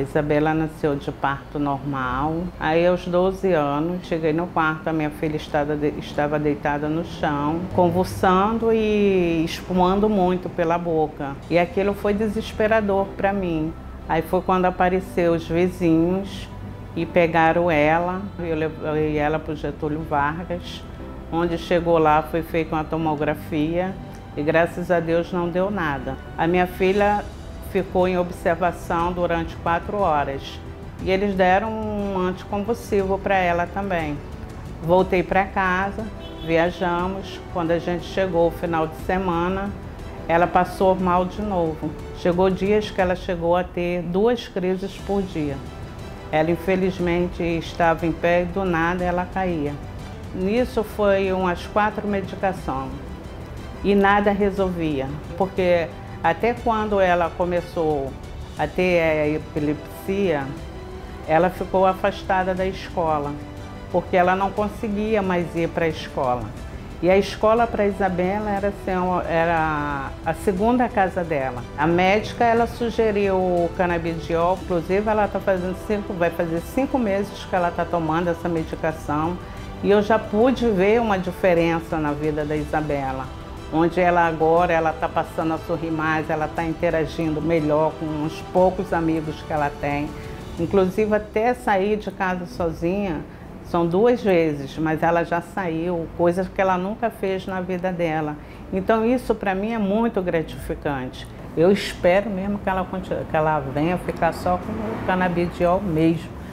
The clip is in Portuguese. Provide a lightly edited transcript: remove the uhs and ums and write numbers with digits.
Isabela nasceu de parto normal. Aí, aos 12 anos, cheguei no quarto, a minha filha estava deitada no chão, convulsando e espumando muito pela boca. E aquilo foi desesperador para mim. Aí foi quando apareceram os vizinhos e pegaram ela. Eu levei ela para o Getúlio Vargas, onde chegou lá, foi feita uma tomografia e graças a Deus não deu nada. A minha filha ficou em observação durante 4 horas e eles deram um anticonvulsivo para ela também. Voltei para casa, viajamos. Quando a gente chegou no final de semana, ela passou mal de novo. Chegou dias que ela chegou a ter 2 crises por dia. Ela infelizmente estava em pé e do nada ela caía. Nisso foi umas 4 medicações e nada resolvia, porque até quando ela começou a ter a epilepsia, ela ficou afastada da escola, porque ela não conseguia mais ir para a escola. E a escola para a Isabela era a segunda casa dela. A médica ela sugeriu o canabidiol, inclusive ela vai fazer 5 meses que ela está tomando essa medicação e eu já pude ver uma diferença na vida da Isabela, onde ela agora está passando a sorrir mais, ela está interagindo melhor com uns poucos amigos que ela tem. Inclusive até sair de casa sozinha, são 2 vezes, mas ela já saiu, coisas que ela nunca fez na vida dela. Então isso para mim é muito gratificante. Eu espero mesmo que ela venha ficar só com o canabidiol mesmo.